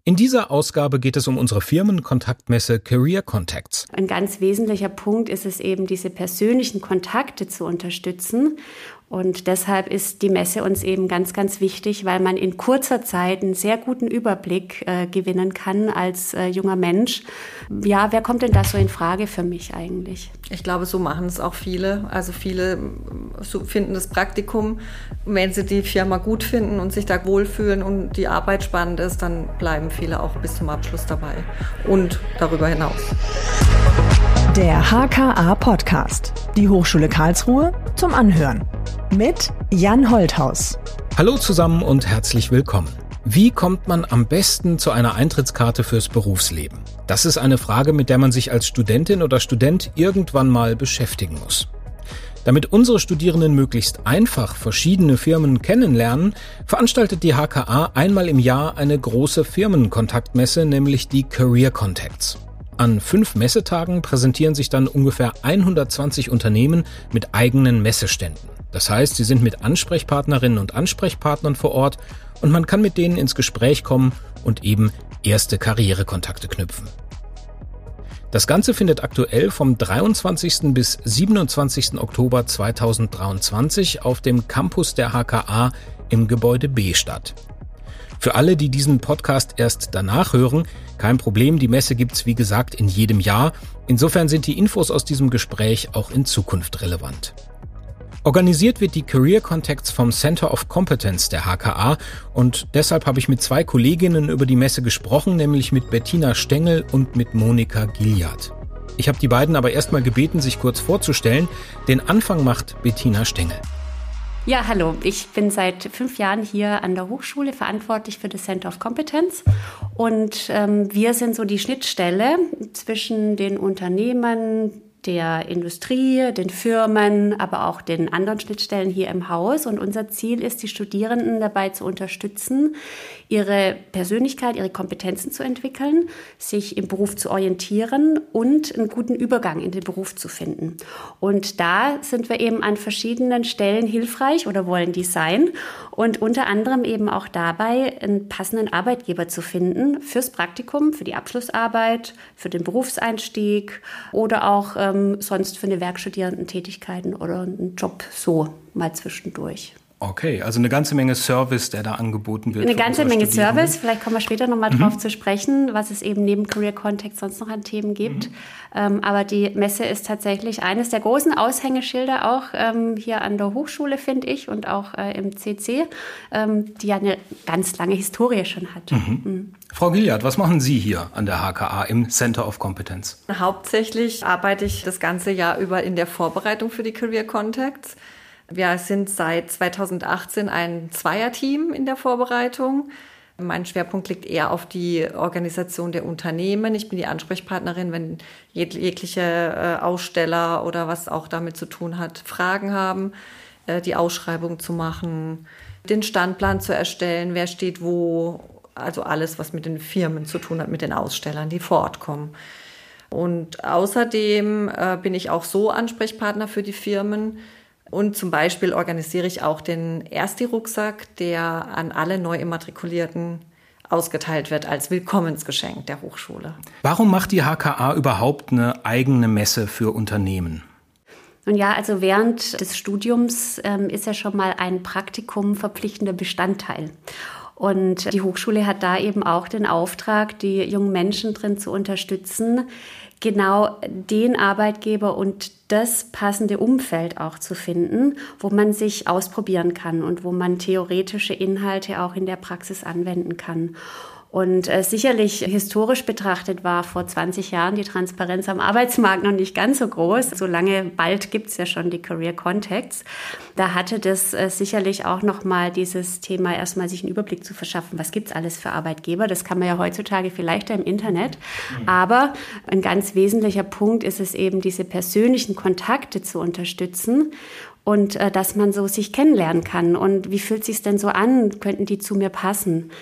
In dieser Ausgabe geht es um unsere Firmenkontaktmesse Career Contacts. Ein ganz wesentlicher Punkt ist es eben, diese persönlichen Kontakte zu unterstützen. Und deshalb ist die Messe uns eben ganz, ganz wichtig, weil man in kurzer Zeit einen sehr guten Überblick gewinnen kann als junger Mensch. Ja, wer kommt denn da so in Frage für mich eigentlich? Ich glaube, so machen es auch viele. Also viele finden das Praktikum. Wenn sie die Firma gut finden und sich da wohlfühlen und die Arbeit spannend ist, dann bleiben viele auch bis zum Abschluss dabei und darüber hinaus. Der HKA-Podcast. Die Hochschule Karlsruhe zum Anhören. Mit Jan Holthaus. Hallo zusammen und herzlich willkommen. Wie kommt man am besten zu einer Eintrittskarte fürs Berufsleben? Das ist eine Frage, mit der man sich als Studentin oder Student irgendwann mal beschäftigen muss. Damit unsere Studierenden möglichst einfach verschiedene Firmen kennenlernen, veranstaltet die HKA einmal im Jahr eine große Firmenkontaktmesse, nämlich die Career Contacts. An 5 Messetagen präsentieren sich dann ungefähr 120 Unternehmen mit eigenen Messeständen. Das heißt, sie sind mit Ansprechpartnerinnen und Ansprechpartnern vor Ort und man kann mit denen ins Gespräch kommen und eben erste Karrierekontakte knüpfen. Das Ganze findet aktuell vom 23. bis 27. Oktober 2023 auf dem Campus der HKA im Gebäude B statt. Für alle, die diesen Podcast erst danach hören, kein Problem, die Messe gibt's wie gesagt in jedem Jahr. Insofern sind die Infos aus diesem Gespräch auch in Zukunft relevant. Organisiert wird die Career Contacts vom Center of Competence der HKA und deshalb habe ich mit 2 Kolleginnen über die Messe gesprochen, nämlich mit Bettina Stengel und mit Monika Gilliard. Ich habe die beiden aber erstmal gebeten, sich kurz vorzustellen. Den Anfang macht Bettina Stengel. Ja, hallo. Ich bin seit 5 Jahren hier an der Hochschule verantwortlich für das Center of Competence. Und wir sind so die Schnittstelle zwischen den Unternehmen, der Industrie, den Firmen, aber auch den anderen Schnittstellen hier im Haus. Und unser Ziel ist, die Studierenden dabei zu unterstützen, ihre Persönlichkeit, ihre Kompetenzen zu entwickeln, sich im Beruf zu orientieren und einen guten Übergang in den Beruf zu finden. Und da sind wir eben an verschiedenen Stellen hilfreich oder wollen die sein. Und unter anderem eben auch dabei, einen passenden Arbeitgeber zu finden fürs Praktikum, für die Abschlussarbeit, für den Berufseinstieg oder auch sonst für eine Werkstudierendentätigkeiten oder einen Job so mal zwischendurch. Okay, also eine ganze Menge Service, der da angeboten wird. Eine ganze Menge Service, vielleicht kommen wir später nochmal drauf zu sprechen, was es eben neben Career Contact sonst noch an Themen gibt. Aber die Messe ist tatsächlich eines der großen Aushängeschilder auch hier an der Hochschule, finde ich, und auch im CC, die ja eine ganz lange Historie schon hat. Frau Gilliard, was machen Sie hier an der HKA im Center of Competence? Hauptsächlich arbeite ich das ganze Jahr über in der Vorbereitung für die Career Contacts. Wir sind seit 2018 ein Zweierteam in der Vorbereitung. Mein Schwerpunkt liegt eher auf die Organisation der Unternehmen. Ich bin die Ansprechpartnerin, wenn jegliche Aussteller oder was auch damit zu tun hat, Fragen haben, die Ausschreibung zu machen, den Standplan zu erstellen, wer steht wo, also alles, was mit den Firmen zu tun hat, mit den Ausstellern, die vor Ort kommen. Und außerdem bin ich auch so Ansprechpartner für die Firmen. Und zum Beispiel organisiere ich auch den Ersti-Rucksack, der an alle Neuimmatrikulierten ausgeteilt wird als Willkommensgeschenk der Hochschule. Warum macht die HKA überhaupt eine eigene Messe für Unternehmen? Nun ja, also während des Studiums ist ja schon mal ein Praktikum verpflichtender Bestandteil. Und die Hochschule hat da eben auch den Auftrag, die jungen Menschen drin zu unterstützen, genau den Arbeitgeber und das passende Umfeld auch zu finden, wo man sich ausprobieren kann und wo man theoretische Inhalte auch in der Praxis anwenden kann. Und sicherlich historisch betrachtet war vor 20 Jahren die Transparenz am Arbeitsmarkt noch nicht ganz so groß. So lange bald gibt es ja schon die Career Contacts. Da hatte das sicherlich auch nochmal dieses Thema, erstmal sich einen Überblick zu verschaffen, was gibt's alles für Arbeitgeber. Das kann man ja heutzutage viel leichter im Internet. Aber ein ganz wesentlicher Punkt ist es eben, diese persönlichen Kontakte zu unterstützen. Und dass man so sich kennenlernen kann. Und wie fühlt es sich denn so an? Könnten die zu mir passen?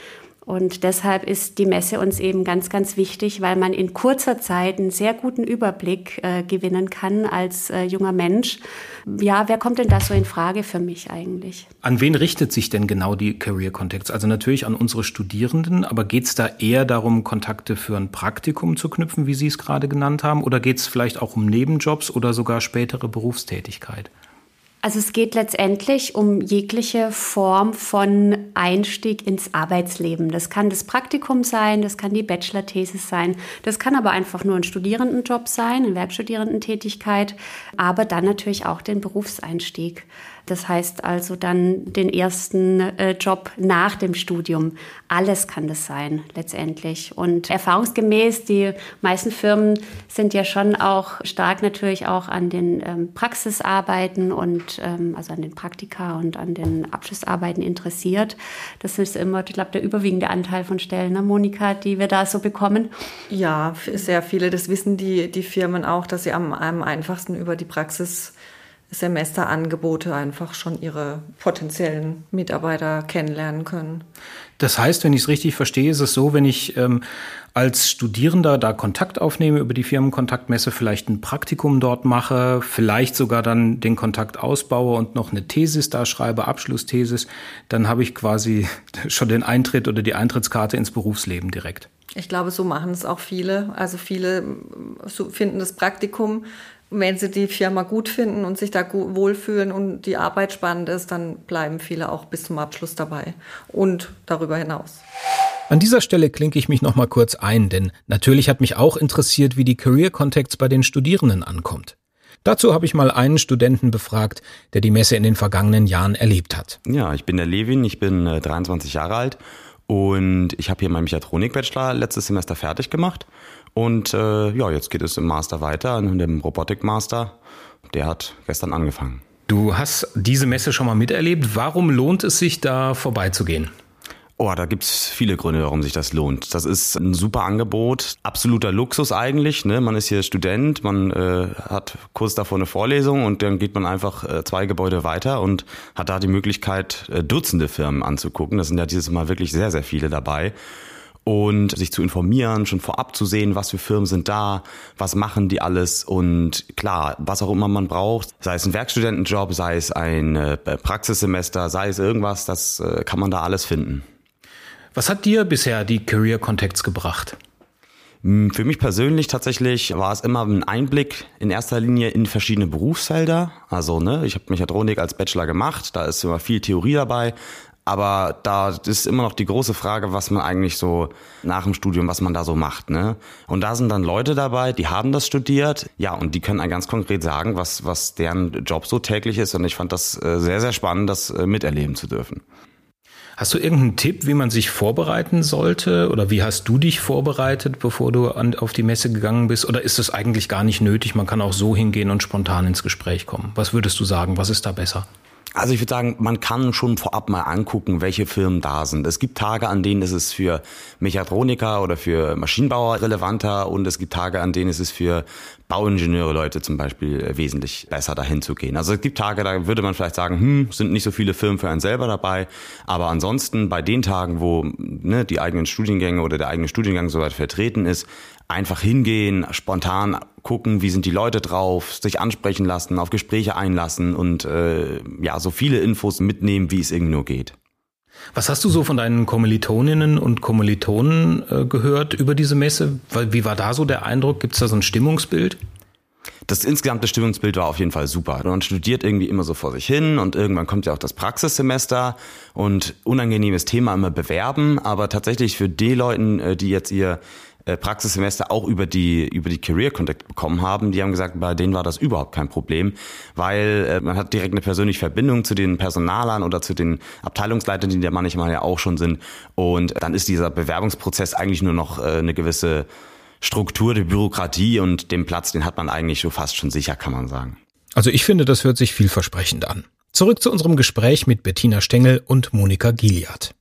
Und deshalb ist die Messe uns eben ganz, ganz wichtig, weil man in kurzer Zeit einen sehr guten Überblick gewinnen kann als junger Mensch. Ja, wer kommt denn da so in Frage für mich eigentlich? An wen richtet sich denn genau die Career Contacts? Also natürlich an unsere Studierenden, aber geht es da eher darum, Kontakte für ein Praktikum zu knüpfen, wie Sie es gerade genannt haben? Oder geht es vielleicht auch um Nebenjobs oder sogar spätere Berufstätigkeit? Also es geht letztendlich um jegliche Form von Einstieg ins Arbeitsleben. Das kann das Praktikum sein, das kann die Bachelor-Thesis sein, das kann aber einfach nur ein Studierendenjob sein, eine Werkstudierendentätigkeit, aber dann natürlich auch den Berufseinstieg. Das heißt also dann den ersten Job nach dem Studium. Alles kann das sein letztendlich. Und erfahrungsgemäß, die meisten Firmen sind ja schon auch stark natürlich auch an den Praxisarbeiten und also an den Praktika und an den Abschlussarbeiten interessiert. Das ist immer, ich glaube, der überwiegende Anteil von Stellen, ne, Monika, die wir da so bekommen. Ja, sehr viele. Das wissen die Firmen auch, dass sie am einfachsten über die Praxissemesterangebote einfach schon ihre potenziellen Mitarbeiter kennenlernen können. Das heißt, wenn ich es richtig verstehe, ist es so, wenn ich als Studierender da Kontakt aufnehme über die Firmenkontaktmesse, vielleicht ein Praktikum dort mache, vielleicht sogar dann den Kontakt ausbaue und noch eine Thesis da schreibe, Abschlussthesis, dann habe ich quasi schon den Eintritt oder die Eintrittskarte ins Berufsleben direkt. Ich glaube, so machen es auch viele. Also viele finden das Praktikum, wenn sie die Firma gut finden und sich da wohlfühlen und die Arbeit spannend ist, dann bleiben viele auch bis zum Abschluss dabei und darüber hinaus. An dieser Stelle klinke ich mich noch mal kurz ein, denn natürlich hat mich auch interessiert, wie die Career Contacts bei den Studierenden ankommt. Dazu habe ich mal einen Studenten befragt, der die Messe in den vergangenen Jahren erlebt hat. Ja, ich bin der Levin, ich bin 23 Jahre alt und ich habe hier meinen Mechatronik-Bachelor letztes Semester fertig gemacht. Und jetzt geht es im Master weiter, in dem Robotik-Master. Der hat gestern angefangen. Du hast diese Messe schon mal miterlebt. Warum lohnt es sich, da vorbeizugehen? Oh, da gibt's viele Gründe, warum sich das lohnt. Das ist ein super Angebot, absoluter Luxus eigentlich. Ne? Man ist hier Student, man hat kurz davor eine Vorlesung und dann geht man einfach 2 Gebäude weiter und hat da die Möglichkeit, Dutzende Firmen anzugucken. Das sind ja dieses Mal wirklich sehr, sehr viele dabei. Und sich zu informieren, schon vorab zu sehen, was für Firmen sind da, was machen die alles und klar, was auch immer man braucht, sei es ein Werkstudentenjob, sei es ein Praxissemester, sei es irgendwas, das kann man da alles finden. Was hat dir bisher die Career Contacts gebracht? Für mich persönlich tatsächlich war es immer ein Einblick in erster Linie in verschiedene Berufsfelder. Also ich habe Mechatronik als Bachelor gemacht, da ist immer viel Theorie dabei. Aber da ist immer noch die große Frage, was man eigentlich so nach dem Studium, was man da so macht, ne? Und da sind dann Leute dabei, die haben das studiert, ja, und die können einem ganz konkret sagen, was deren Job so täglich ist. Und ich fand das sehr, sehr spannend, das miterleben zu dürfen. Hast du irgendeinen Tipp, wie man sich vorbereiten sollte? Oder wie hast du dich vorbereitet, bevor du auf die Messe gegangen bist? Oder ist es eigentlich gar nicht nötig? Man kann auch so hingehen und spontan ins Gespräch kommen. Was würdest du sagen? Was ist da besser? Also ich würde sagen, man kann schon vorab mal angucken, welche Firmen da sind. Es gibt Tage, an denen ist es für Mechatroniker oder für Maschinenbauer relevanter und es gibt Tage, an denen ist es für Bauingenieure, Leute zum Beispiel, wesentlich besser dahin zu gehen. Also es gibt Tage, da würde man vielleicht sagen, sind nicht so viele Firmen für einen selber dabei, aber ansonsten bei den Tagen, wo die eigenen Studiengänge oder der eigene Studiengang soweit vertreten ist, einfach hingehen, spontan gucken, wie sind die Leute drauf, sich ansprechen lassen, auf Gespräche einlassen und so viele Infos mitnehmen, wie es irgendwie nur geht. Was hast du so von deinen Kommilitoninnen und Kommilitonen gehört über diese Messe? Wie war da so der Eindruck? Gibt es da so ein Stimmungsbild? Das insgesamte Stimmungsbild war auf jeden Fall super. Man studiert irgendwie immer so vor sich hin und irgendwann kommt ja auch das Praxissemester und unangenehmes Thema immer bewerben. Aber tatsächlich für die Leute, die jetzt ihr Praxissemester auch über die Career Contact bekommen haben, die haben gesagt, bei denen war das überhaupt kein Problem, weil man hat direkt eine persönliche Verbindung zu den Personalern oder zu den Abteilungsleitern, die da manchmal ja auch schon sind, und dann ist dieser Bewerbungsprozess eigentlich nur noch eine gewisse Struktur, die Bürokratie, und den Platz, den hat man eigentlich so fast schon sicher, kann man sagen. Also ich finde, das hört sich vielversprechend an. Zurück zu unserem Gespräch mit Bettina Stengel und Monika Giliad.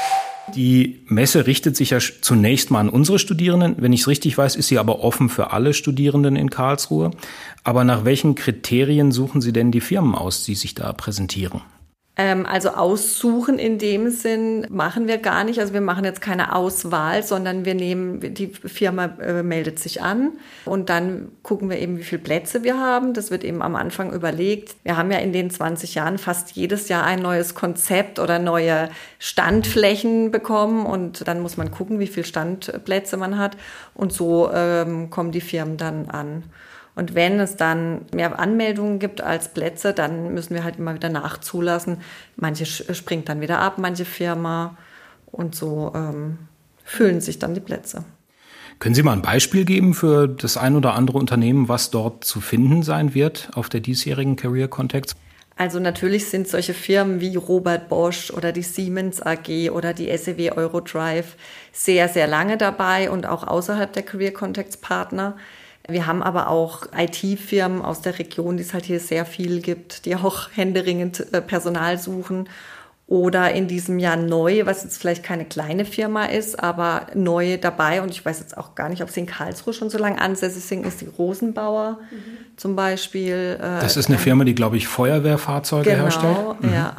Die Messe richtet sich ja zunächst mal an unsere Studierenden. Wenn ich es richtig weiß, ist sie aber offen für alle Studierenden in Karlsruhe. Aber nach welchen Kriterien suchen Sie denn die Firmen aus, die sich da präsentieren? Also aussuchen in dem Sinn machen wir gar nicht. Also wir machen jetzt keine Auswahl, sondern die Firma meldet sich an und dann gucken wir eben, wie viele Plätze wir haben. Das wird eben am Anfang überlegt. Wir haben ja in den 20 Jahren fast jedes Jahr ein neues Konzept oder neue Standflächen bekommen und dann muss man gucken, wie viele Standplätze man hat und so kommen die Firmen dann an. Und wenn es dann mehr Anmeldungen gibt als Plätze, dann müssen wir halt immer wieder nachzulassen. Manche springt dann wieder ab, manche Firma. Und so füllen sich dann die Plätze. Können Sie mal ein Beispiel geben für das ein oder andere Unternehmen, was dort zu finden sein wird auf der diesjährigen Career Context? Also natürlich sind solche Firmen wie Robert Bosch oder die Siemens AG oder die SEW Eurodrive sehr, sehr lange dabei und auch außerhalb der Career Contacts Partner. Wir haben aber auch IT-Firmen aus der Region, die es halt hier sehr viel gibt, die auch händeringend Personal suchen. Oder in diesem Jahr neu, was jetzt vielleicht keine kleine Firma ist, aber neu dabei. Und ich weiß jetzt auch gar nicht, ob sie in Karlsruhe schon so lange ansässig sind, ist die Rosenbauer zum Beispiel. Das ist eine Firma, die, glaube ich, Feuerwehrfahrzeuge herstellt. Ja.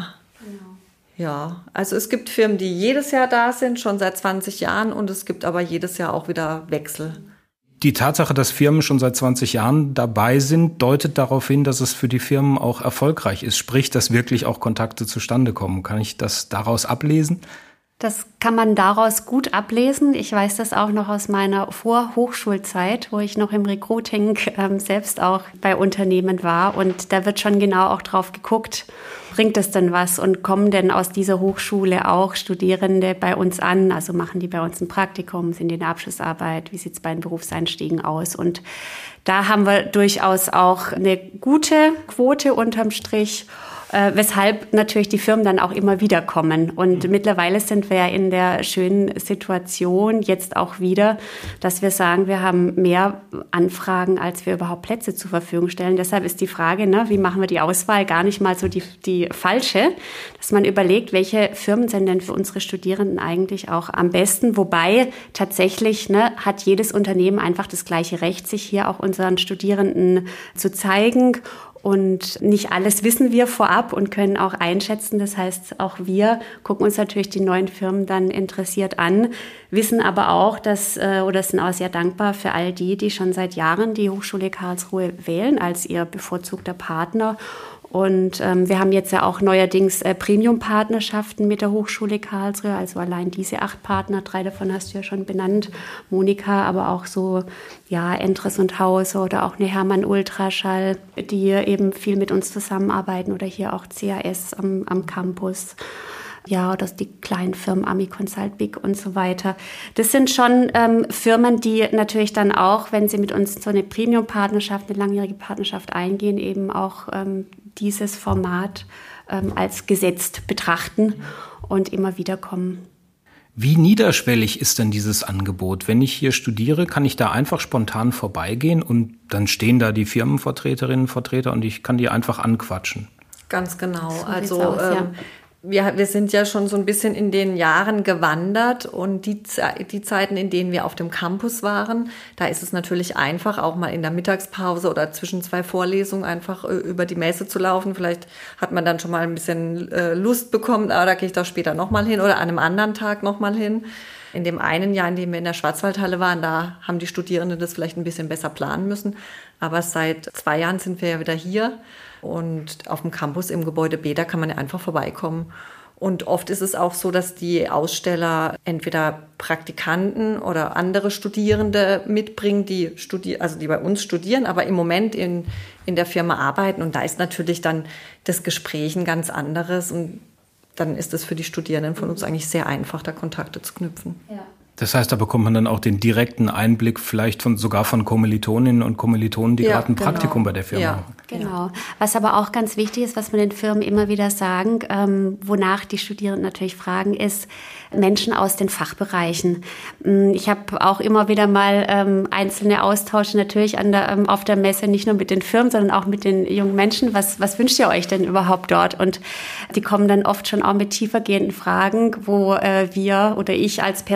Ja, also es gibt Firmen, die jedes Jahr da sind, schon seit 20 Jahren. Und es gibt aber jedes Jahr auch wieder Wechsel. Die Tatsache, dass Firmen schon seit 20 Jahren dabei sind, deutet darauf hin, dass es für die Firmen auch erfolgreich ist. Sprich, dass wirklich auch Kontakte zustande kommen. Kann ich das daraus ablesen? Das kann man daraus gut ablesen. Ich weiß das auch noch aus meiner Vorhochschulzeit, wo ich noch im Recruiting selbst auch bei Unternehmen war. Und da wird schon genau auch drauf geguckt, bringt es denn was und kommen denn aus dieser Hochschule auch Studierende bei uns an? Also machen die bei uns ein Praktikum, sind die in der Abschlussarbeit? Wie sieht es bei den Berufseinstiegen aus? Und da haben wir durchaus auch eine gute Quote unterm Strich. Weshalb natürlich die Firmen dann auch immer wieder kommen. Und mittlerweile sind wir ja in der schönen Situation, jetzt auch wieder, dass wir sagen, wir haben mehr Anfragen, als wir überhaupt Plätze zur Verfügung stellen. Deshalb ist die Frage, wie machen wir die Auswahl, gar nicht mal so die falsche, dass man überlegt, welche Firmen sind denn für unsere Studierenden eigentlich auch am besten. Wobei tatsächlich hat jedes Unternehmen einfach das gleiche Recht, sich hier auch unseren Studierenden zu zeigen. Und nicht alles wissen wir vorab und können auch einschätzen. Das heißt, auch wir gucken uns natürlich die neuen Firmen dann interessiert an, wissen aber auch, oder sind auch sehr dankbar für all die schon seit Jahren die Hochschule Karlsruhe wählen als ihr bevorzugter Partner. Und wir haben jetzt ja auch neuerdings Premium-Partnerschaften mit der Hochschule Karlsruhe, also allein diese 8 Partner, 3 davon hast du ja schon benannt, Monika, aber auch so Entres und Hause oder auch eine Hermann Ultraschall, die eben viel mit uns zusammenarbeiten oder hier auch CAS am Campus. Ja, oder die kleinen Firmen, Ami Consult, Big und so weiter. Das sind schon Firmen, die natürlich dann auch, wenn sie mit uns so eine Premium-Partnerschaft, eine langjährige Partnerschaft eingehen, eben auch dieses Format als gesetzt betrachten und immer wieder kommen. Wie niederschwellig ist denn dieses Angebot? Wenn ich hier studiere, kann ich da einfach spontan vorbeigehen und dann stehen da die Firmenvertreterinnen, Vertreter und ich kann die einfach anquatschen? Ganz genau. So also wir sind ja schon so ein bisschen in den Jahren gewandert und die Zeiten, in denen wir auf dem Campus waren, da ist es natürlich einfach, auch mal in der Mittagspause oder zwischen 2 Vorlesungen einfach über die Messe zu laufen. Vielleicht hat man dann schon mal ein bisschen Lust bekommen, da gehe ich doch später nochmal hin oder an einem anderen Tag nochmal hin. In dem einen Jahr, in dem wir in der Schwarzwaldhalle waren, da haben die Studierenden das vielleicht ein bisschen besser planen müssen. Aber seit 2 Jahren sind wir ja wieder hier. Und auf dem Campus im Gebäude B, da kann man ja einfach vorbeikommen. Und oft ist es auch so, dass die Aussteller entweder Praktikanten oder andere Studierende mitbringen, die bei uns studieren, aber im Moment in der Firma arbeiten. Und da ist natürlich dann das Gespräch ein ganz anderes. Und dann ist es für die Studierenden von uns eigentlich sehr einfach, da Kontakte zu knüpfen. Ja. Das heißt, da bekommt man dann auch den direkten Einblick vielleicht sogar von Kommilitoninnen und Kommilitonen, die gerade ein Praktikum bei der Firma machen. Genau. Was aber auch ganz wichtig ist, was wir den Firmen immer wieder sagen, wonach die Studierenden natürlich fragen, ist Menschen aus den Fachbereichen. Ich habe auch immer wieder mal einzelne Austausche natürlich auf der Messe, nicht nur mit den Firmen, sondern auch mit den jungen Menschen. Was wünscht ihr euch denn überhaupt dort? Und die kommen dann oft schon auch mit tiefergehenden Fragen, wo wir oder ich als Personaler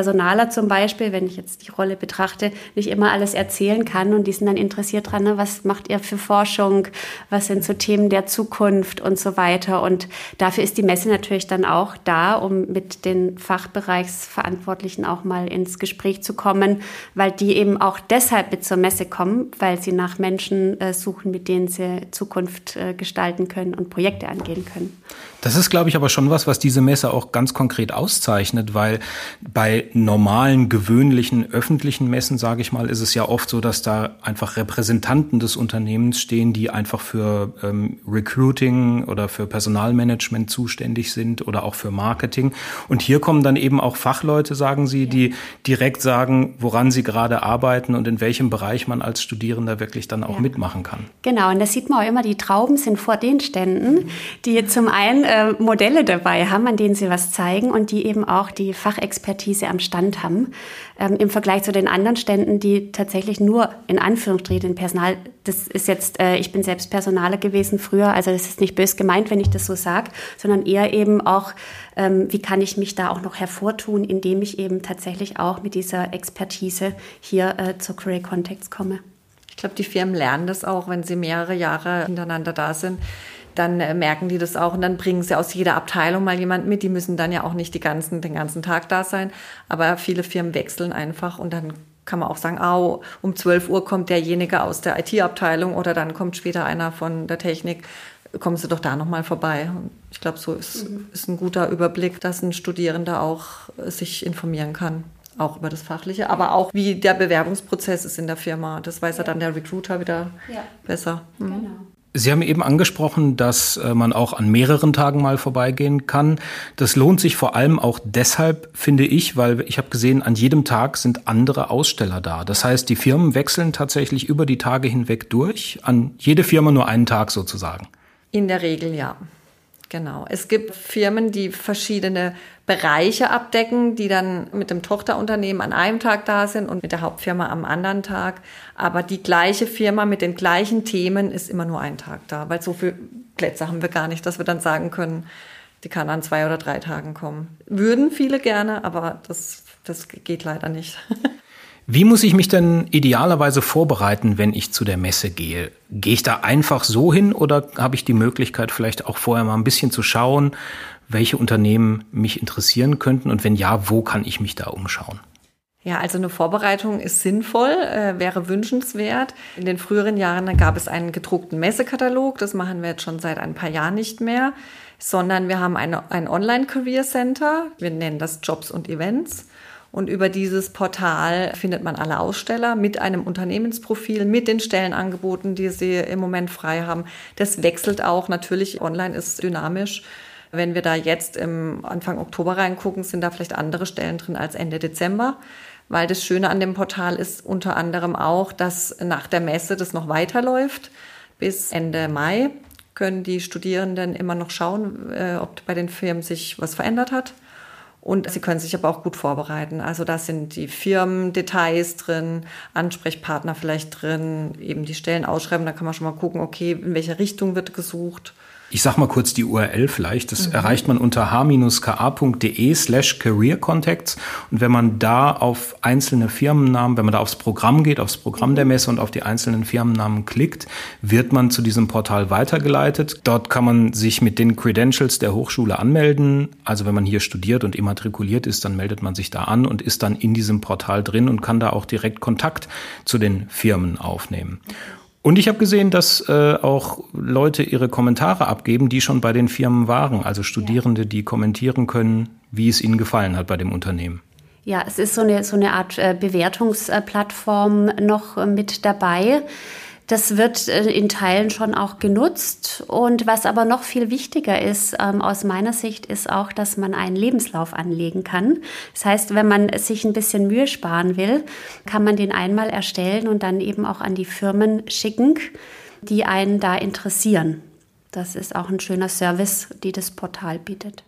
zum Beispiel, wenn ich jetzt die Rolle betrachte, nicht immer alles erzählen kann und die sind dann interessiert dran, ne? Was macht ihr für Forschung, was sind so Themen der Zukunft und so weiter. Und dafür ist die Messe natürlich dann auch da, um mit den Fachbereichsverantwortlichen auch mal ins Gespräch zu kommen, weil die eben auch deshalb mit zur Messe kommen, weil sie nach Menschen suchen, mit denen sie Zukunft gestalten können und Projekte angehen können. Das ist, glaube ich, aber schon was diese Messe auch ganz konkret auszeichnet, weil bei normalen, gewöhnlichen, öffentlichen Messen, sage ich mal, ist es ja oft so, dass da einfach Repräsentanten des Unternehmens stehen, die einfach für Recruiting oder für Personalmanagement zuständig sind oder auch für Marketing. Und hier kommen dann eben auch Fachleute, sagen Sie, die direkt sagen, woran sie gerade arbeiten und in welchem Bereich man als Studierender wirklich dann auch mitmachen kann. Genau, und da sieht man auch immer, die Trauben sind vor den Ständen, die zum einen Modelle dabei haben, an denen sie was zeigen und die eben auch die Fachexpertise am Stand haben. Im Vergleich zu den anderen Ständen, die tatsächlich nur in Anführungsstrichen Personal, das ist jetzt, ich bin selbst Personaler gewesen früher, also das ist nicht böse gemeint, wenn ich das so sage, sondern eher eben auch, wie kann ich mich da auch noch hervortun, indem ich eben tatsächlich auch mit dieser Expertise hier zur Career Contacts komme. Ich glaube, die Firmen lernen das auch, wenn sie mehrere Jahre hintereinander da sind. Dann merken die das auch und dann bringen sie aus jeder Abteilung mal jemanden mit. Die müssen dann ja auch nicht den ganzen Tag da sein. Aber viele Firmen wechseln einfach und dann kann man auch sagen, um 12 Uhr kommt derjenige aus der IT-Abteilung oder dann kommt später einer von der Technik. Kommen Sie doch da nochmal vorbei. Und ich glaube, so ist ein guter Überblick, dass ein Studierender auch sich informieren kann. Auch über das Fachliche, aber auch wie der Bewerbungsprozess ist in der Firma. Das weiß ja dann der Recruiter wieder besser. Mhm. Genau. Sie haben eben angesprochen, dass man auch an mehreren Tagen mal vorbeigehen kann. Das lohnt sich vor allem auch deshalb, finde ich, weil ich habe gesehen, an jedem Tag sind andere Aussteller da. Das heißt, die Firmen wechseln tatsächlich über die Tage hinweg durch, an jede Firma nur einen Tag sozusagen. In der Regel ja. Genau. Es gibt Firmen, die verschiedene Bereiche abdecken, die dann mit dem Tochterunternehmen an einem Tag da sind und mit der Hauptfirma am anderen Tag. Aber die gleiche Firma mit den gleichen Themen ist immer nur einen Tag da, weil so viele Plätze haben wir gar nicht, dass wir dann sagen können, die kann an 2 oder 3 Tagen kommen. Würden viele gerne, aber das geht leider nicht. Wie muss ich mich denn idealerweise vorbereiten, wenn ich zu der Messe gehe? Gehe ich da einfach so hin oder habe ich die Möglichkeit, vielleicht auch vorher mal ein bisschen zu schauen, welche Unternehmen mich interessieren könnten und wenn ja, wo kann ich mich da umschauen? Ja, also eine Vorbereitung ist sinnvoll, wäre wünschenswert. In den früheren Jahren gab es einen gedruckten Messekatalog, das machen wir jetzt schon seit ein paar Jahren nicht mehr, sondern wir haben ein Online-Career-Center, wir nennen das Jobs und Events. Und über dieses Portal findet man alle Aussteller mit einem Unternehmensprofil, mit den Stellenangeboten, die sie im Moment frei haben. Das wechselt auch. Natürlich, online ist dynamisch. Wenn wir da jetzt im Anfang Oktober reingucken, sind da vielleicht andere Stellen drin als Ende Dezember. Weil das Schöne an dem Portal ist unter anderem auch, dass nach der Messe das noch weiterläuft. Bis Ende Mai können die Studierenden immer noch schauen, ob bei den Firmen sich was verändert hat. Und sie können sich aber auch gut vorbereiten. Also da sind die Firmendetails drin, Ansprechpartner vielleicht drin, eben die Stellen ausschreiben. Da kann man schon mal gucken, okay, in welche Richtung wird gesucht. Ich sag mal kurz die URL vielleicht. Das erreicht man unter h-ka.de/careercontacts. Und wenn man da auf einzelne Firmennamen, wenn man da aufs Programm geht, aufs Programm der Messe und auf die einzelnen Firmennamen klickt, wird man zu diesem Portal weitergeleitet. Dort kann man sich mit den Credentials der Hochschule anmelden. Also wenn man hier studiert und immatrikuliert ist, dann meldet man sich da an und ist dann in diesem Portal drin und kann da auch direkt Kontakt zu den Firmen aufnehmen. Und ich habe gesehen, dass auch Leute ihre Kommentare abgeben, die schon bei den Firmen waren. Also Studierende, die kommentieren können, wie es ihnen gefallen hat bei dem Unternehmen. Ja, es ist so eine Art Bewertungsplattform noch mit dabei. Das wird in Teilen schon auch genutzt. Und was aber noch viel wichtiger ist, aus meiner Sicht, ist auch, dass man einen Lebenslauf anlegen kann. Das heißt, wenn man sich ein bisschen Mühe sparen will, kann man den einmal erstellen und dann eben auch an die Firmen schicken, die einen da interessieren. Das ist auch ein schöner Service, die das Portal bietet.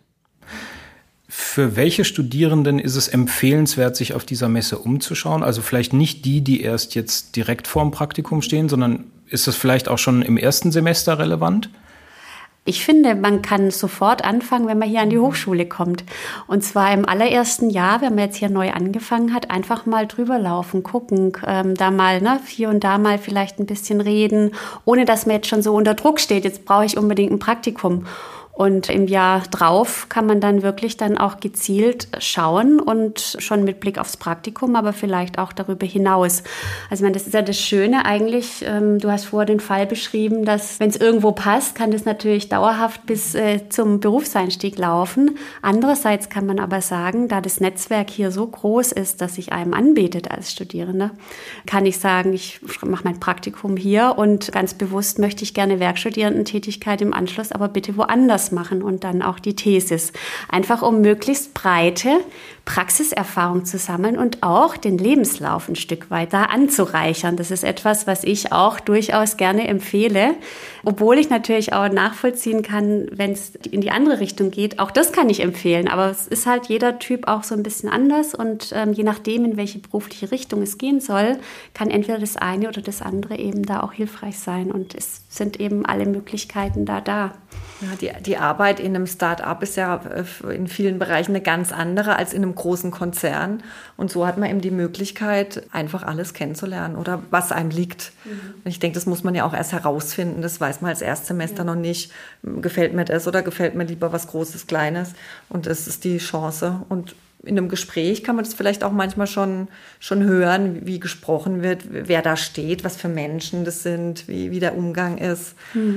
Für welche Studierenden ist es empfehlenswert, sich auf dieser Messe umzuschauen? Also vielleicht nicht die erst jetzt direkt vorm Praktikum stehen, sondern ist das vielleicht auch schon im ersten Semester relevant? Ich finde, man kann sofort anfangen, wenn man hier an die Hochschule kommt. Und zwar im allerersten Jahr, wenn man jetzt hier neu angefangen hat, einfach mal drüber laufen, gucken, da mal hier und da mal vielleicht ein bisschen reden, ohne dass man jetzt schon so unter Druck steht, jetzt brauche ich unbedingt ein Praktikum. Und im Jahr drauf kann man dann wirklich dann auch gezielt schauen und schon mit Blick aufs Praktikum, aber vielleicht auch darüber hinaus. Also ich meine, das ist ja das Schöne eigentlich. Du hast vorher den Fall beschrieben, dass wenn es irgendwo passt, kann das natürlich dauerhaft bis zum Berufseinstieg laufen. Andererseits kann man aber sagen, da das Netzwerk hier so groß ist, dass sich einem anbietet als Studierende, kann ich sagen, ich mache mein Praktikum hier und ganz bewusst möchte ich gerne Werkstudierendentätigkeit im Anschluss, aber bitte woanders machen und dann auch die Thesis. Einfach um möglichst breite Praxiserfahrung zu sammeln und auch den Lebenslauf ein Stück weit da anzureichern. Das ist etwas, was ich auch durchaus gerne empfehle, obwohl ich natürlich auch nachvollziehen kann, wenn es in die andere Richtung geht. Auch das kann ich empfehlen, aber es ist halt jeder Typ auch so ein bisschen anders und je nachdem, in welche berufliche Richtung es gehen soll, kann entweder das eine oder das andere eben da auch hilfreich sein und es sind eben alle Möglichkeiten da. Ja, die Arbeit in einem Start-up ist ja in vielen Bereichen eine ganz andere als in einem großen Konzern. Und so hat man eben die Möglichkeit, einfach alles kennenzulernen oder was einem liegt. Und ich denke, das muss man ja auch erst herausfinden. Das weiß man als Erstsemester noch nicht. Gefällt mir das oder gefällt mir lieber was Großes, Kleines? Und das ist die Chance. Und in einem Gespräch kann man das vielleicht auch manchmal schon hören, wie gesprochen wird, wer da steht, was für Menschen das sind, wie der Umgang ist.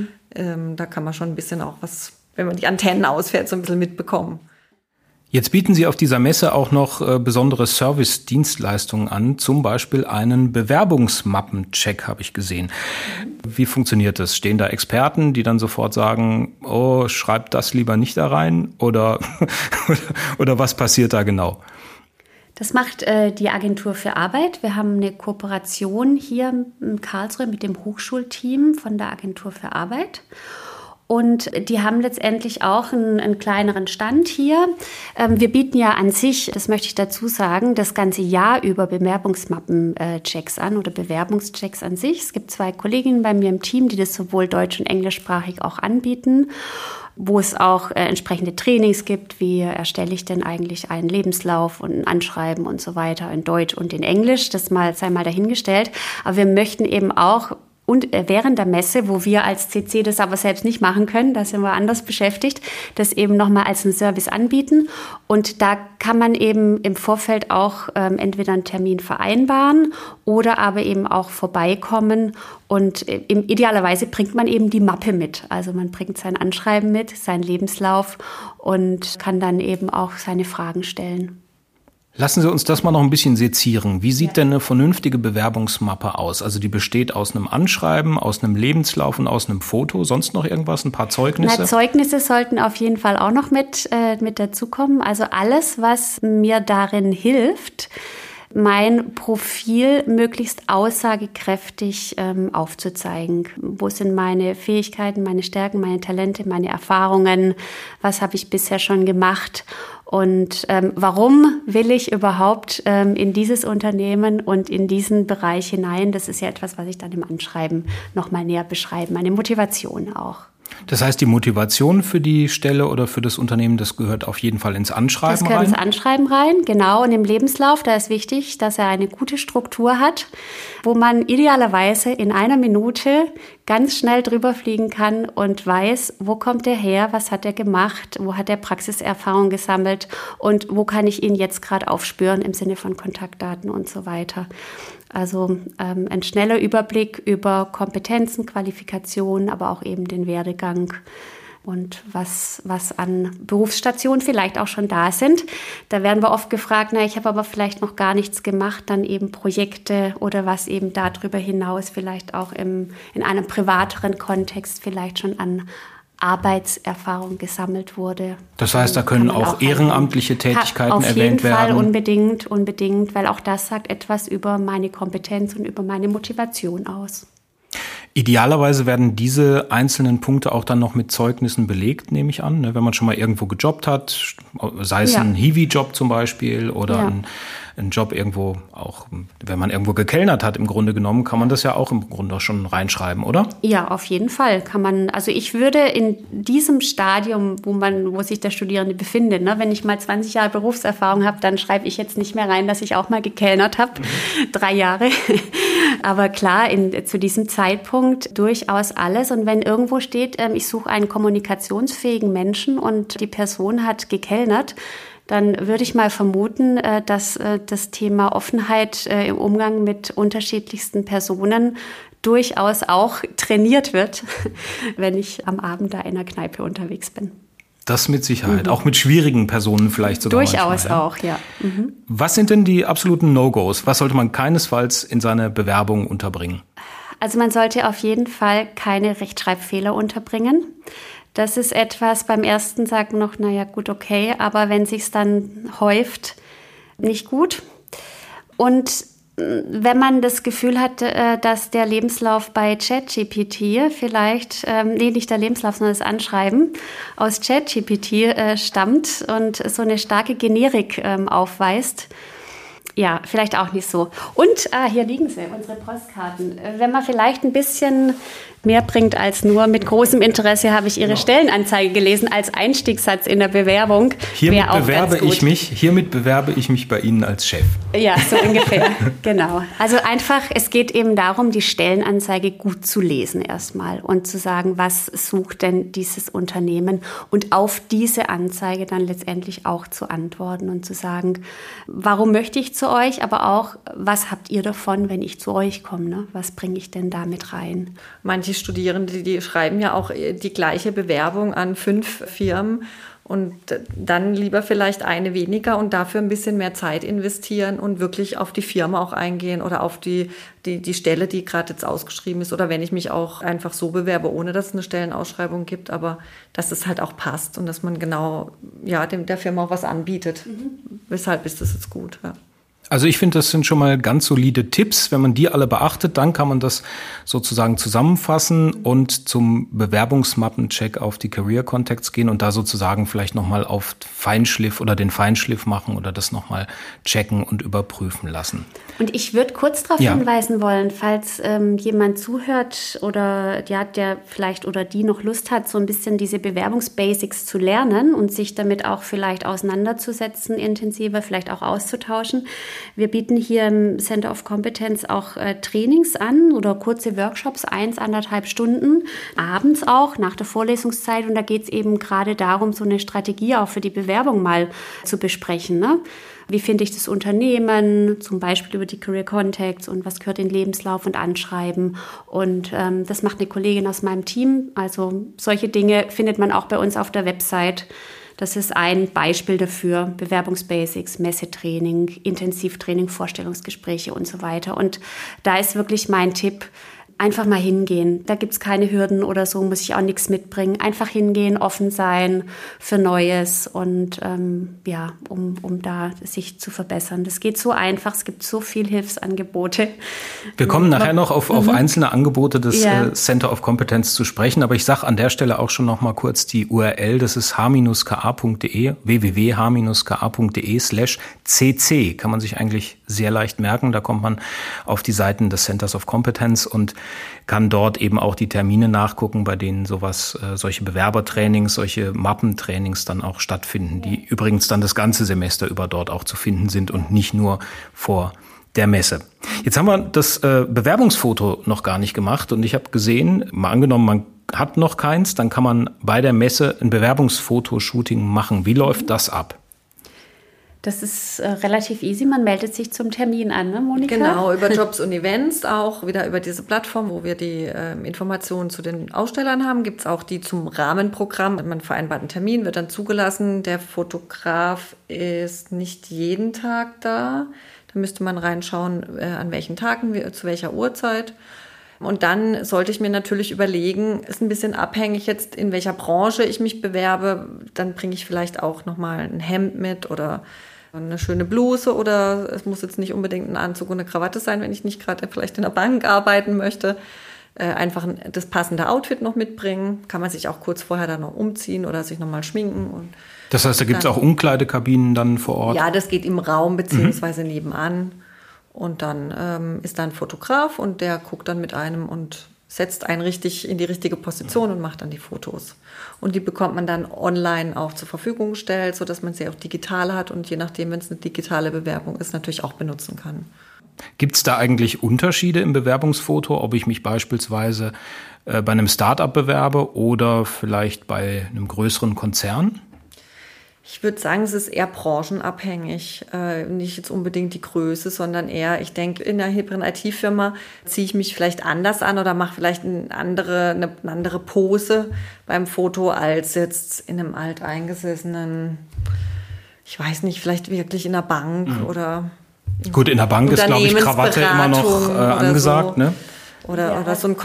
Da kann man schon ein bisschen auch was, wenn man die Antennen ausfährt, so ein bisschen mitbekommen. Jetzt bieten Sie auf dieser Messe auch noch besondere Service-Dienstleistungen an, zum Beispiel einen Bewerbungsmappencheck, habe ich gesehen. Wie funktioniert das? Stehen da Experten, die dann sofort sagen, oh, schreib das lieber nicht da rein? Oder was passiert da genau? Das macht die Agentur für Arbeit. Wir haben eine Kooperation hier in Karlsruhe mit dem Hochschulteam von der Agentur für Arbeit. Und die haben letztendlich auch einen kleineren Stand hier. Wir bieten ja an sich, das möchte ich dazu sagen, das ganze Jahr über Bewerbungsmappenchecks an oder Bewerbungschecks an sich. Es gibt 2 Kolleginnen bei mir im Team, die das sowohl deutsch- und englischsprachig auch anbieten, wo es auch entsprechende Trainings gibt, wie erstelle ich denn eigentlich einen Lebenslauf und ein Anschreiben und so weiter in Deutsch und in Englisch. Das sei mal dahingestellt. Aber wir möchten eben auch und während der Messe, wo wir als CC das aber selbst nicht machen können, da sind wir anders beschäftigt, das eben nochmal als einen Service anbieten. Und da kann man eben im Vorfeld auch entweder einen Termin vereinbaren oder aber eben auch vorbeikommen. Und idealerweise bringt man eben die Mappe mit. Also man bringt sein Anschreiben mit, seinen Lebenslauf und kann dann eben auch seine Fragen stellen. Lassen Sie uns das mal noch ein bisschen sezieren. Wie sieht denn eine vernünftige Bewerbungsmappe aus? Also die besteht aus einem Anschreiben, aus einem Lebenslauf und aus einem Foto. Sonst noch irgendwas? Ein paar Zeugnisse? Zeugnisse sollten auf jeden Fall auch noch mit dazukommen. Also alles, was mir darin hilft, mein Profil möglichst aussagekräftig aufzuzeigen. Wo sind meine Fähigkeiten, meine Stärken, meine Talente, meine Erfahrungen? Was habe ich bisher schon gemacht? Und warum will ich überhaupt in dieses Unternehmen und in diesen Bereich hinein? Das ist ja etwas, was ich dann im Anschreiben noch mal näher beschreibe. Meine Motivation auch. Das heißt, die Motivation für die Stelle oder für das Unternehmen, das gehört auf jeden Fall ins Anschreiben rein? Das gehört ins Anschreiben rein, genau. Und im Lebenslauf, da ist wichtig, dass er eine gute Struktur hat, wo man idealerweise in einer Minute ganz schnell drüber fliegen kann und weiß, wo kommt er her, was hat er gemacht, wo hat er Praxiserfahrung gesammelt und wo kann ich ihn jetzt gerade aufspüren im Sinne von Kontaktdaten und so weiter. Also ein schneller Überblick über Kompetenzen, Qualifikationen, aber auch eben den Werdegang und was an Berufsstationen vielleicht auch schon da sind. Da werden wir oft gefragt, ich habe aber vielleicht noch gar nichts gemacht, dann eben Projekte oder was eben darüber hinaus vielleicht auch in einem privateren Kontext vielleicht schon an Arbeitserfahrung gesammelt wurde. Das heißt, da können auch ehrenamtliche Tätigkeiten erwähnt werden? Auf jeden Fall, unbedingt, weil auch das sagt etwas über meine Kompetenz und über meine Motivation aus. Idealerweise werden diese einzelnen Punkte auch dann noch mit Zeugnissen belegt, nehme ich an, wenn man schon mal irgendwo gejobbt hat, sei es ein Hiwi-Job zum Beispiel oder einen Job irgendwo auch, wenn man irgendwo gekellnert hat, im Grunde genommen, kann man das ja auch im Grunde schon reinschreiben, oder? Ja, auf jeden Fall kann man. Also ich würde in diesem Stadium, wo sich der Studierende befindet, ne, wenn ich mal 20 Jahre Berufserfahrung habe, dann schreibe ich jetzt nicht mehr rein, dass ich auch mal gekellnert habe, 3 Jahre. Aber klar, zu diesem Zeitpunkt durchaus alles. Und wenn irgendwo steht, ich suche einen kommunikationsfähigen Menschen und die Person hat gekellnert, dann würde ich mal vermuten, dass das Thema Offenheit im Umgang mit unterschiedlichsten Personen durchaus auch trainiert wird, wenn ich am Abend da in einer Kneipe unterwegs bin. Das mit Sicherheit. Auch mit schwierigen Personen vielleicht sogar. Durchaus manchmal, auch, ja. Was sind denn die absoluten No-Gos? Was sollte man keinesfalls in seine Bewerbung unterbringen? Also man sollte auf jeden Fall keine Rechtschreibfehler unterbringen. Das ist etwas, beim ersten sagen noch, naja, gut, okay, aber wenn sich's dann häuft, nicht gut. Und wenn man das Gefühl hat, dass der Lebenslauf bei ChatGPT vielleicht, nicht der Lebenslauf, sondern das Anschreiben aus ChatGPT stammt und so eine starke Generik aufweist, ja, vielleicht auch nicht so. Und hier liegen sie, unsere Postkarten. Wenn man vielleicht ein bisschen mehr bringt als nur mit großem Interesse habe ich Ihre Stellenanzeige gelesen als Einstiegssatz in der Bewerbung. Hiermit bewerbe ich mich bei Ihnen als Chef. Ja, so ungefähr, genau. Also einfach, es geht eben darum, die Stellenanzeige gut zu lesen erstmal und zu sagen, was sucht denn dieses Unternehmen und auf diese Anzeige dann letztendlich auch zu antworten und zu sagen, warum möchte ich zu euch, aber auch, was habt ihr davon, wenn ich zu euch komme, ne? Was bringe ich denn da mit rein? Manche Studierende, die schreiben ja auch die gleiche Bewerbung an 5 Firmen und dann lieber vielleicht eine weniger und dafür ein bisschen mehr Zeit investieren und wirklich auf die Firma auch eingehen oder auf die Stelle, die gerade jetzt ausgeschrieben ist oder wenn ich mich auch einfach so bewerbe, ohne dass es eine Stellenausschreibung gibt, aber dass es halt auch passt und dass man genau der Firma auch was anbietet. Weshalb ist das jetzt gut, ja. Also ich finde, das sind schon mal ganz solide Tipps. Wenn man die alle beachtet, dann kann man das sozusagen zusammenfassen und zum Bewerbungsmappencheck auf die Career Contacts gehen und da sozusagen vielleicht nochmal auf Feinschliff oder den Feinschliff machen oder das nochmal checken und überprüfen lassen. Und ich würde kurz darauf hinweisen wollen, falls jemand zuhört oder der vielleicht oder die noch Lust hat, so ein bisschen diese Bewerbungsbasics zu lernen und sich damit auch vielleicht auseinanderzusetzen, intensiver, vielleicht auch auszutauschen. Wir bieten hier im Center of Competence auch Trainings an oder kurze Workshops, 1,5 Stunden, abends auch, nach der Vorlesungszeit. Und da geht es eben gerade darum, so eine Strategie auch für die Bewerbung mal zu besprechen, ne? Wie finde ich das Unternehmen, zum Beispiel über die Career Contacts und was gehört in Lebenslauf und Anschreiben. Und das macht eine Kollegin aus meinem Team. Also solche Dinge findet man auch bei uns auf der Website. Das ist ein Beispiel dafür, Bewerbungsbasics, Messetraining, Intensivtraining, Vorstellungsgespräche und so weiter. Und da ist wirklich mein Tipp, einfach mal hingehen. Da gibt's keine Hürden oder so, muss ich auch nichts mitbringen. Einfach hingehen, offen sein für Neues und um da sich zu verbessern. Das geht so einfach, es gibt so viel Hilfsangebote. Wir kommen nachher noch auf einzelne Angebote des Center of Competence zu sprechen, aber ich sage an der Stelle auch schon noch mal kurz die URL, das ist h-ka.de, www.h-ka.de/cc, kann man sich eigentlich sehr leicht merken. Da kommt man auf die Seiten des Centers of Competence und kann dort eben auch die Termine nachgucken, bei denen solche Bewerbertrainings, solche Mappentrainings dann auch stattfinden, die übrigens dann das ganze Semester über dort auch zu finden sind und nicht nur vor der Messe. Jetzt haben wir das Bewerbungsfoto noch gar nicht gemacht und ich habe gesehen, mal angenommen, man hat noch keins, dann kann man bei der Messe ein Bewerbungsfotoshooting machen. Wie läuft das ab? Das ist relativ easy. Man meldet sich zum Termin an, ne, Monika? Genau, über Jobs und Events, auch wieder über diese Plattform, wo wir die Informationen zu den Ausstellern haben. Gibt es auch die zum Rahmenprogramm. Man vereinbart einen Termin, wird dann zugelassen. Der Fotograf ist nicht jeden Tag da. Da müsste man reinschauen, an welchen Tagen, zu welcher Uhrzeit. Und dann sollte ich mir natürlich überlegen, ist ein bisschen abhängig jetzt, in welcher Branche ich mich bewerbe. Dann bringe ich vielleicht auch nochmal ein Hemd mit oder eine schöne Bluse oder es muss jetzt nicht unbedingt ein Anzug und eine Krawatte sein, wenn ich nicht gerade vielleicht in der Bank arbeiten möchte. einfach das passende Outfit noch mitbringen. Kann man sich auch kurz vorher dann noch umziehen oder sich nochmal schminken. Und das heißt, da gibt es auch Umkleidekabinen dann vor Ort? Ja, das geht im Raum beziehungsweise nebenan. Und dann ist da ein Fotograf und der guckt dann mit einem und setzt einen richtig in die richtige Position und macht dann die Fotos. Und die bekommt man dann online auch zur Verfügung gestellt, sodass man sie auch digital hat und je nachdem, wenn es eine digitale Bewerbung ist, natürlich auch benutzen kann. Gibt es da eigentlich Unterschiede im Bewerbungsfoto, ob ich mich beispielsweise bei einem Start-up bewerbe oder vielleicht bei einem größeren Konzern? Ich würde sagen, es ist eher branchenabhängig. Nicht jetzt unbedingt die Größe, sondern eher, ich denke, in einer hipperen IT-Firma ziehe ich mich vielleicht anders an oder mache vielleicht eine andere Pose beim Foto als jetzt in einem alteingesessenen, ich weiß nicht, vielleicht wirklich in einer Bank oder... Gut, in der Bank ist, glaube ich, Krawatte immer noch angesagt, so. Ne? Oder so ein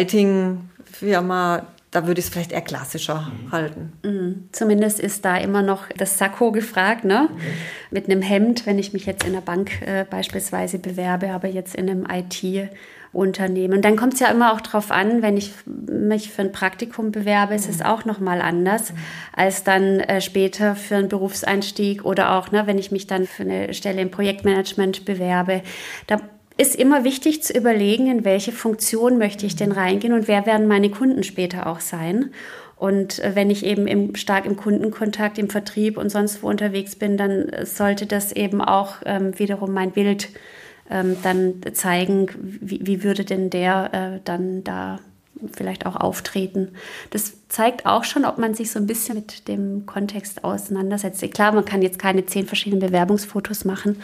Consulting-Firma, da würde ich es vielleicht eher klassischer halten. Zumindest ist da immer noch das Sakko gefragt, ne? Mit einem Hemd, wenn ich mich jetzt in der Bank beispielsweise bewerbe, aber jetzt in einem IT-Unternehmen. Und dann kommt es ja immer auch drauf an, wenn ich mich für ein Praktikum bewerbe, ist es auch nochmal anders als dann später für einen Berufseinstieg oder auch, ne, wenn ich mich dann für eine Stelle im Projektmanagement bewerbe. Da ist immer wichtig zu überlegen, in welche Funktion möchte ich denn reingehen und wer werden meine Kunden später auch sein. Und wenn ich eben stark im Kundenkontakt, im Vertrieb und sonst wo unterwegs bin, dann sollte das eben auch wiederum mein Bild dann zeigen, wie würde denn der dann da vielleicht auch auftreten. Das zeigt auch schon, ob man sich so ein bisschen mit dem Kontext auseinandersetzt. Klar, man kann jetzt keine 10 verschiedenen Bewerbungsfotos machen.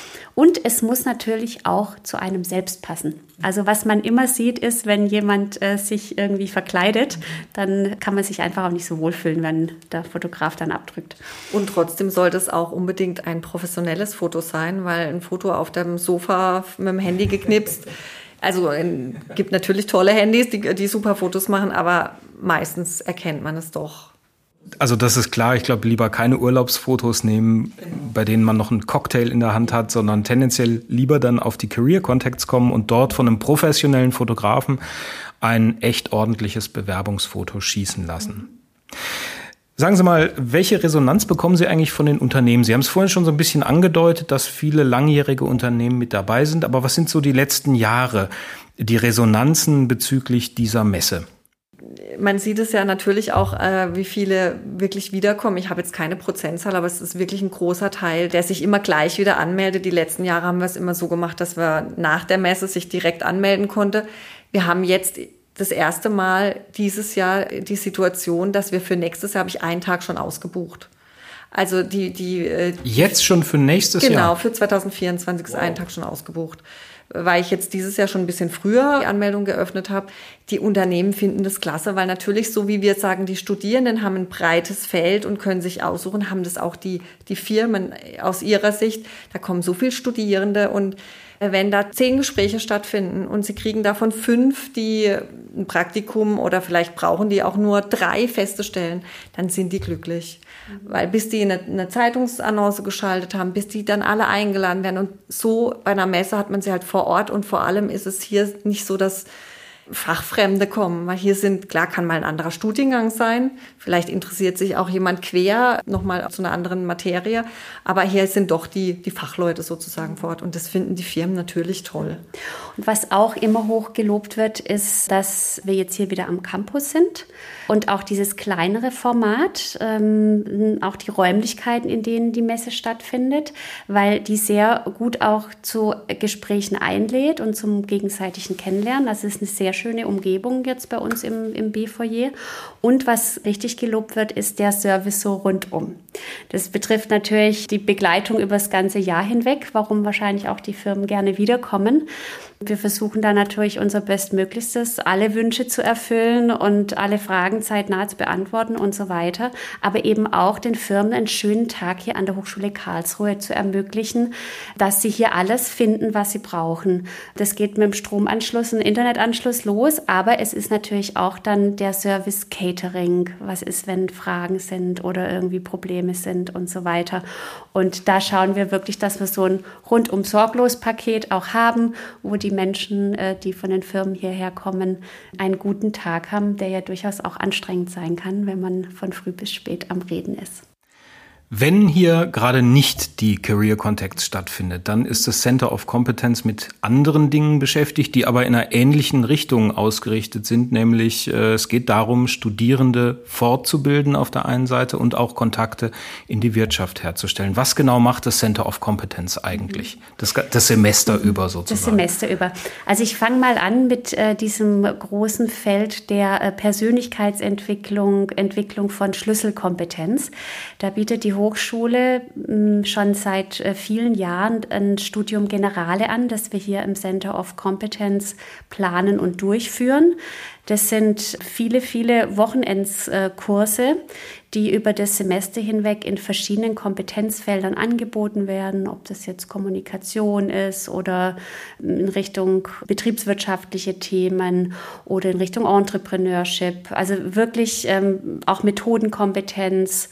Und es muss natürlich auch zu einem selbst passen. Also was man immer sieht, ist, wenn jemand sich irgendwie verkleidet, dann kann man sich einfach auch nicht so wohlfühlen, wenn der Fotograf dann abdrückt. Und trotzdem sollte es auch unbedingt ein professionelles Foto sein, weil ein Foto auf dem Sofa mit dem Handy geknipst, also gibt natürlich tolle Handys, die super Fotos machen, aber meistens erkennt man es doch. Also das ist klar, ich glaube, lieber keine Urlaubsfotos nehmen, bei denen man noch einen Cocktail in der Hand hat, sondern tendenziell lieber dann auf die Career Contacts kommen und dort von einem professionellen Fotografen ein echt ordentliches Bewerbungsfoto schießen lassen. Sagen Sie mal, welche Resonanz bekommen Sie eigentlich von den Unternehmen? Sie haben es vorhin schon so ein bisschen angedeutet, dass viele langjährige Unternehmen mit dabei sind, aber was sind so die letzten Jahre, die Resonanzen bezüglich dieser Messe? Man sieht es ja natürlich auch, wie viele wirklich wiederkommen. Ich habe jetzt keine Prozentzahl, aber es ist wirklich ein großer Teil, der sich immer gleich wieder anmeldet. Die letzten Jahre haben wir es immer so gemacht, dass wir nach der Messe sich direkt anmelden konnte. Wir haben jetzt das erste Mal dieses Jahr die Situation, dass wir für nächstes Jahr, habe ich einen Tag schon ausgebucht. Also jetzt schon für nächstes Jahr? Genau, für 2024 ist einen Tag schon ausgebucht. Weil ich jetzt dieses Jahr schon ein bisschen früher die Anmeldung geöffnet habe. Die Unternehmen finden das klasse, weil natürlich, so wie wir sagen, die Studierenden haben ein breites Feld und können sich aussuchen, haben das auch die Firmen aus ihrer Sicht. Da kommen so viele Studierende und wenn da 10 Gespräche stattfinden und sie kriegen davon 5, die ein Praktikum oder vielleicht brauchen die auch nur 3 feste Stellen, dann sind die glücklich. Weil bis die eine Zeitungsannonce geschaltet haben, bis die dann alle eingeladen werden. Und so bei einer Messe hat man sie halt vor Ort und vor allem ist es hier nicht so, dass Fachfremde kommen, weil hier klar kann mal ein anderer Studiengang sein, vielleicht interessiert sich auch jemand quer nochmal zu einer anderen Materie, aber hier sind doch die Fachleute sozusagen vor Ort und das finden die Firmen natürlich toll. Und was auch immer hoch gelobt wird, ist, dass wir jetzt hier wieder am Campus sind und auch dieses kleinere Format, auch die Räumlichkeiten, in denen die Messe stattfindet, weil die sehr gut auch zu Gesprächen einlädt und zum gegenseitigen Kennenlernen. Das ist eine sehr schöne Umgebung jetzt bei uns im B-Foyer. Und was richtig gelobt wird, ist der Service so rundum. Das betrifft natürlich die Begleitung über das ganze Jahr hinweg, warum wahrscheinlich auch die Firmen gerne wiederkommen. Wir versuchen da natürlich unser Bestmöglichstes, alle Wünsche zu erfüllen und alle Fragen zeitnah zu beantworten und so weiter. Aber eben auch den Firmen einen schönen Tag hier an der Hochschule Karlsruhe zu ermöglichen, dass sie hier alles finden, was sie brauchen. Das geht mit dem Stromanschluss, einem Internetanschluss los, aber es ist natürlich auch dann der Service Catering. Was ist, wenn Fragen sind oder irgendwie Probleme sind und so weiter. Und da schauen wir wirklich, dass wir so ein rundum sorglos Paket auch haben, wo die Menschen, die von den Firmen hierher kommen, einen guten Tag haben, der ja durchaus auch anstrengend sein kann, wenn man von früh bis spät am Reden ist. Wenn hier gerade nicht die Career Contacts stattfindet, dann ist das Center of Competence mit anderen Dingen beschäftigt, die aber in einer ähnlichen Richtung ausgerichtet sind, nämlich es geht darum, Studierende fortzubilden auf der einen Seite und auch Kontakte in die Wirtschaft herzustellen. Was genau macht das Center of Competence eigentlich? Das Semester über sozusagen. Das Semester über. Also ich fange mal an mit diesem großen Feld der Persönlichkeitsentwicklung, Entwicklung von Schlüsselkompetenz. Da bietet die Hochschule schon seit vielen Jahren ein Studium Generale an, das wir hier im Center of Competence planen und durchführen. Das sind viele, viele Wochenendskurse, die über das Semester hinweg in verschiedenen Kompetenzfeldern angeboten werden, ob das jetzt Kommunikation ist oder in Richtung betriebswirtschaftliche Themen oder in Richtung Entrepreneurship, also wirklich auch Methodenkompetenz.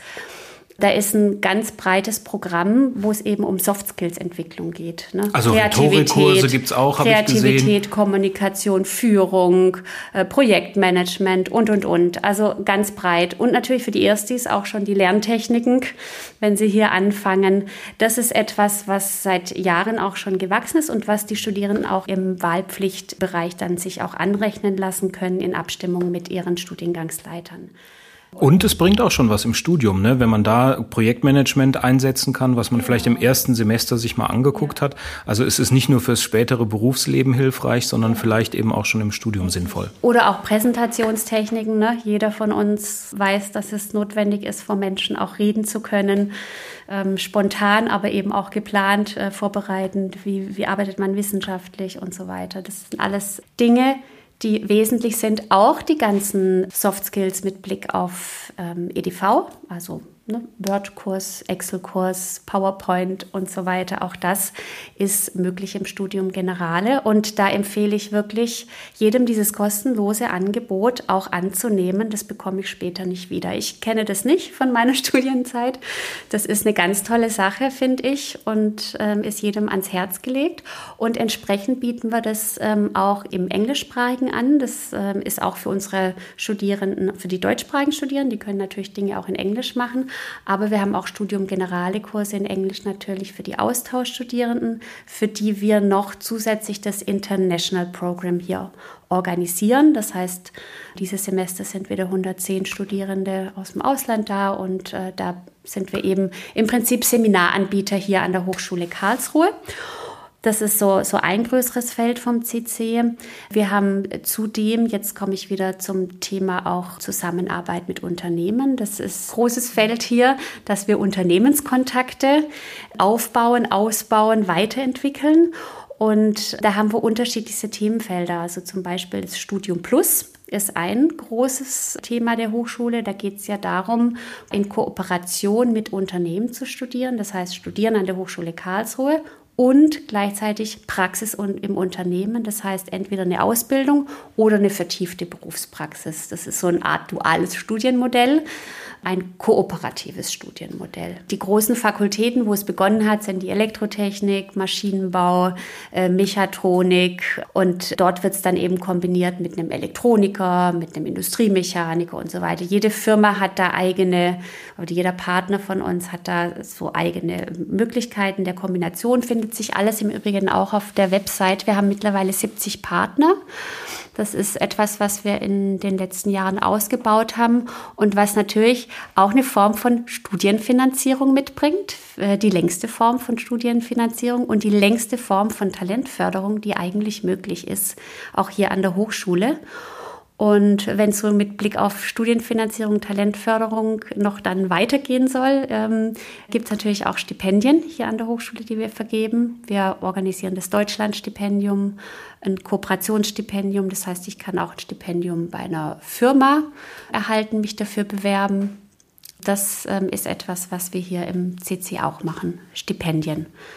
Da ist ein ganz breites Programm, wo es eben um Soft-Skills-Entwicklung geht. Ne? Also Rhetorikkurse gibt es auch, habe ich gesehen. Kreativität, Kommunikation, Führung, Projektmanagement und. Also ganz breit. Und natürlich für die Erstis auch schon die Lerntechniken, wenn sie hier anfangen. Das ist etwas, was seit Jahren auch schon gewachsen ist und was die Studierenden auch im Wahlpflichtbereich dann sich auch anrechnen lassen können in Abstimmung mit ihren Studiengangsleitern. Und es bringt auch schon was im Studium, ne? Wenn man da Projektmanagement einsetzen kann, was man vielleicht im ersten Semester sich mal angeguckt hat. Also es ist nicht nur fürs spätere Berufsleben hilfreich, sondern vielleicht eben auch schon im Studium sinnvoll. Oder auch Präsentationstechniken, ne? Jeder von uns weiß, dass es notwendig ist, vor Menschen auch reden zu können. Spontan, aber eben auch geplant, vorbereitend. Wie arbeitet man wissenschaftlich und so weiter. Das sind alles Dinge, die wesentlich sind, auch die ganzen Soft Skills mit Blick auf EDV, also Word-Kurs, Excel-Kurs, PowerPoint und so weiter. Auch das ist möglich im Studium Generale. Und da empfehle ich wirklich, jedem dieses kostenlose Angebot auch anzunehmen. Das bekomme ich später nicht wieder. Ich kenne das nicht von meiner Studienzeit. Das ist eine ganz tolle Sache, finde ich, und ist jedem ans Herz gelegt. Und entsprechend bieten wir das auch im Englischsprachigen an. Das ist auch für unsere Studierenden, für die deutschsprachigen Studierenden, die können natürlich Dinge auch in Englisch machen. Aber wir haben auch Studium Generale Kurse in Englisch natürlich für die Austauschstudierenden, für die wir noch zusätzlich das International Program hier organisieren. Das heißt, dieses Semester sind wieder 110 Studierende aus dem Ausland da und da sind wir eben im Prinzip Seminaranbieter hier an der Hochschule Karlsruhe. Das ist so ein größeres Feld vom CC. Wir haben zudem, jetzt komme ich wieder zum Thema auch Zusammenarbeit mit Unternehmen. Das ist ein großes Feld hier, dass wir Unternehmenskontakte aufbauen, ausbauen, weiterentwickeln. Und da haben wir unterschiedlichste Themenfelder. Also zum Beispiel das Studium Plus ist ein großes Thema der Hochschule. Da geht es ja darum, in Kooperation mit Unternehmen zu studieren. Das heißt, studieren an der Hochschule Karlsruhe und gleichzeitig Praxis im Unternehmen. Das heißt, entweder eine Ausbildung oder eine vertiefte Berufspraxis. Das ist so eine Art duales Studienmodell, ein kooperatives Studienmodell. Die großen Fakultäten, wo es begonnen hat, sind die Elektrotechnik, Maschinenbau, Mechatronik. Und dort wird es dann eben kombiniert mit einem Elektroniker, mit einem Industriemechaniker und so weiter. Jede Firma hat da eigene, oder jeder Partner von uns hat da so eigene Möglichkeiten der Kombination. Findet sich alles im Übrigen auch auf der Website. Wir haben mittlerweile 70 Partner. Das ist etwas, was wir in den letzten Jahren ausgebaut haben und was natürlich auch eine Form von Studienfinanzierung mitbringt. Die längste Form von Studienfinanzierung und die längste Form von Talentförderung, die eigentlich möglich ist, auch hier an der Hochschule. Und wenn es so mit Blick auf Studienfinanzierung, Talentförderung noch dann weitergehen soll, gibt es natürlich auch Stipendien hier an der Hochschule, die wir vergeben. Wir organisieren das Deutschlandstipendium, ein Kooperationsstipendium. Das heißt, ich kann auch ein Stipendium bei einer Firma erhalten, mich dafür bewerben. Das ist etwas, was wir hier im CC auch machen, Stipendien.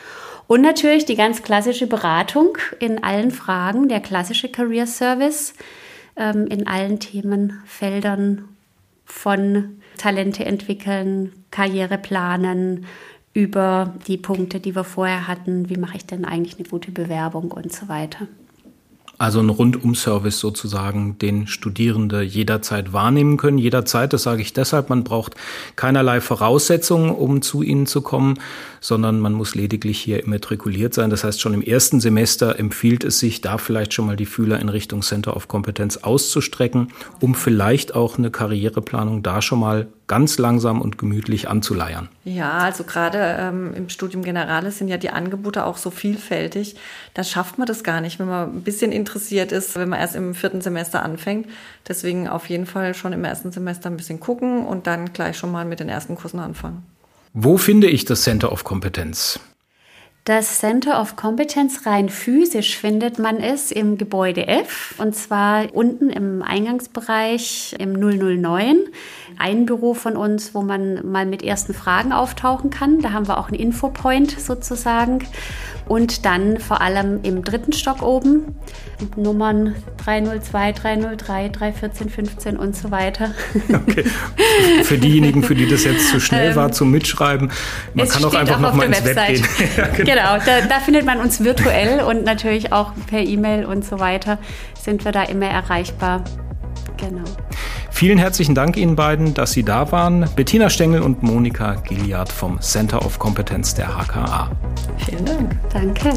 Und natürlich die ganz klassische Beratung in allen Fragen, der klassische Career Service in allen Themenfeldern von Talente entwickeln, Karriere planen, über die Punkte, die wir vorher hatten, wie mache ich denn eigentlich eine gute Bewerbung und so weiter. Also ein Rundum-Service sozusagen, den Studierende jederzeit wahrnehmen können. Jederzeit, das sage ich deshalb, man braucht keinerlei Voraussetzungen, um zu Ihnen zu kommen, sondern man muss lediglich hier immatrikuliert sein. Das heißt, schon im ersten Semester empfiehlt es sich, da vielleicht schon mal die Fühler in Richtung Center of Competence auszustrecken, um vielleicht auch eine Karriereplanung da schon mal ganz langsam und gemütlich anzuleiern. Ja, also gerade im Studium Generales sind ja die Angebote auch so vielfältig. Da schafft man das gar nicht, wenn man ein bisschen interessiert ist, wenn man erst im 4. Semester anfängt. Deswegen auf jeden Fall schon im 1. Semester ein bisschen gucken und dann gleich schon mal mit den ersten Kursen anfangen. Wo finde ich das Center of Competence? Das Center of Competence rein physisch findet man es im Gebäude F, und zwar unten im Eingangsbereich im 009. Ein Büro von uns, wo man mal mit ersten Fragen auftauchen kann. Da haben wir auch einen Infopoint sozusagen. Und dann vor allem im 3. Stock oben, Nummern 302, 303, 314, 15 und so weiter. Okay. Für diejenigen, für die das jetzt zu schnell war zum Mitschreiben, man kann auch einfach noch mal ins Web gehen. Ja, genau, da findet man uns virtuell und natürlich auch per E-Mail und so weiter sind wir da immer erreichbar. Genau. Vielen herzlichen Dank Ihnen beiden, dass Sie da waren. Bettina Stengel und Monika Gilliard vom Center of Competence der HKA. Vielen Dank. Danke.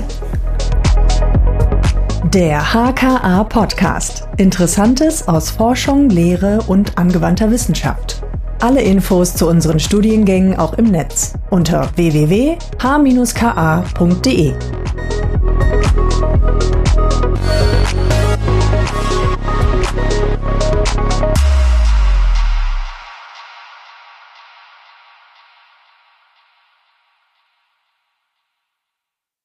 Der HKA Podcast. Interessantes aus Forschung, Lehre und angewandter Wissenschaft. Alle Infos zu unseren Studiengängen auch im Netz unter www.h-ka.de.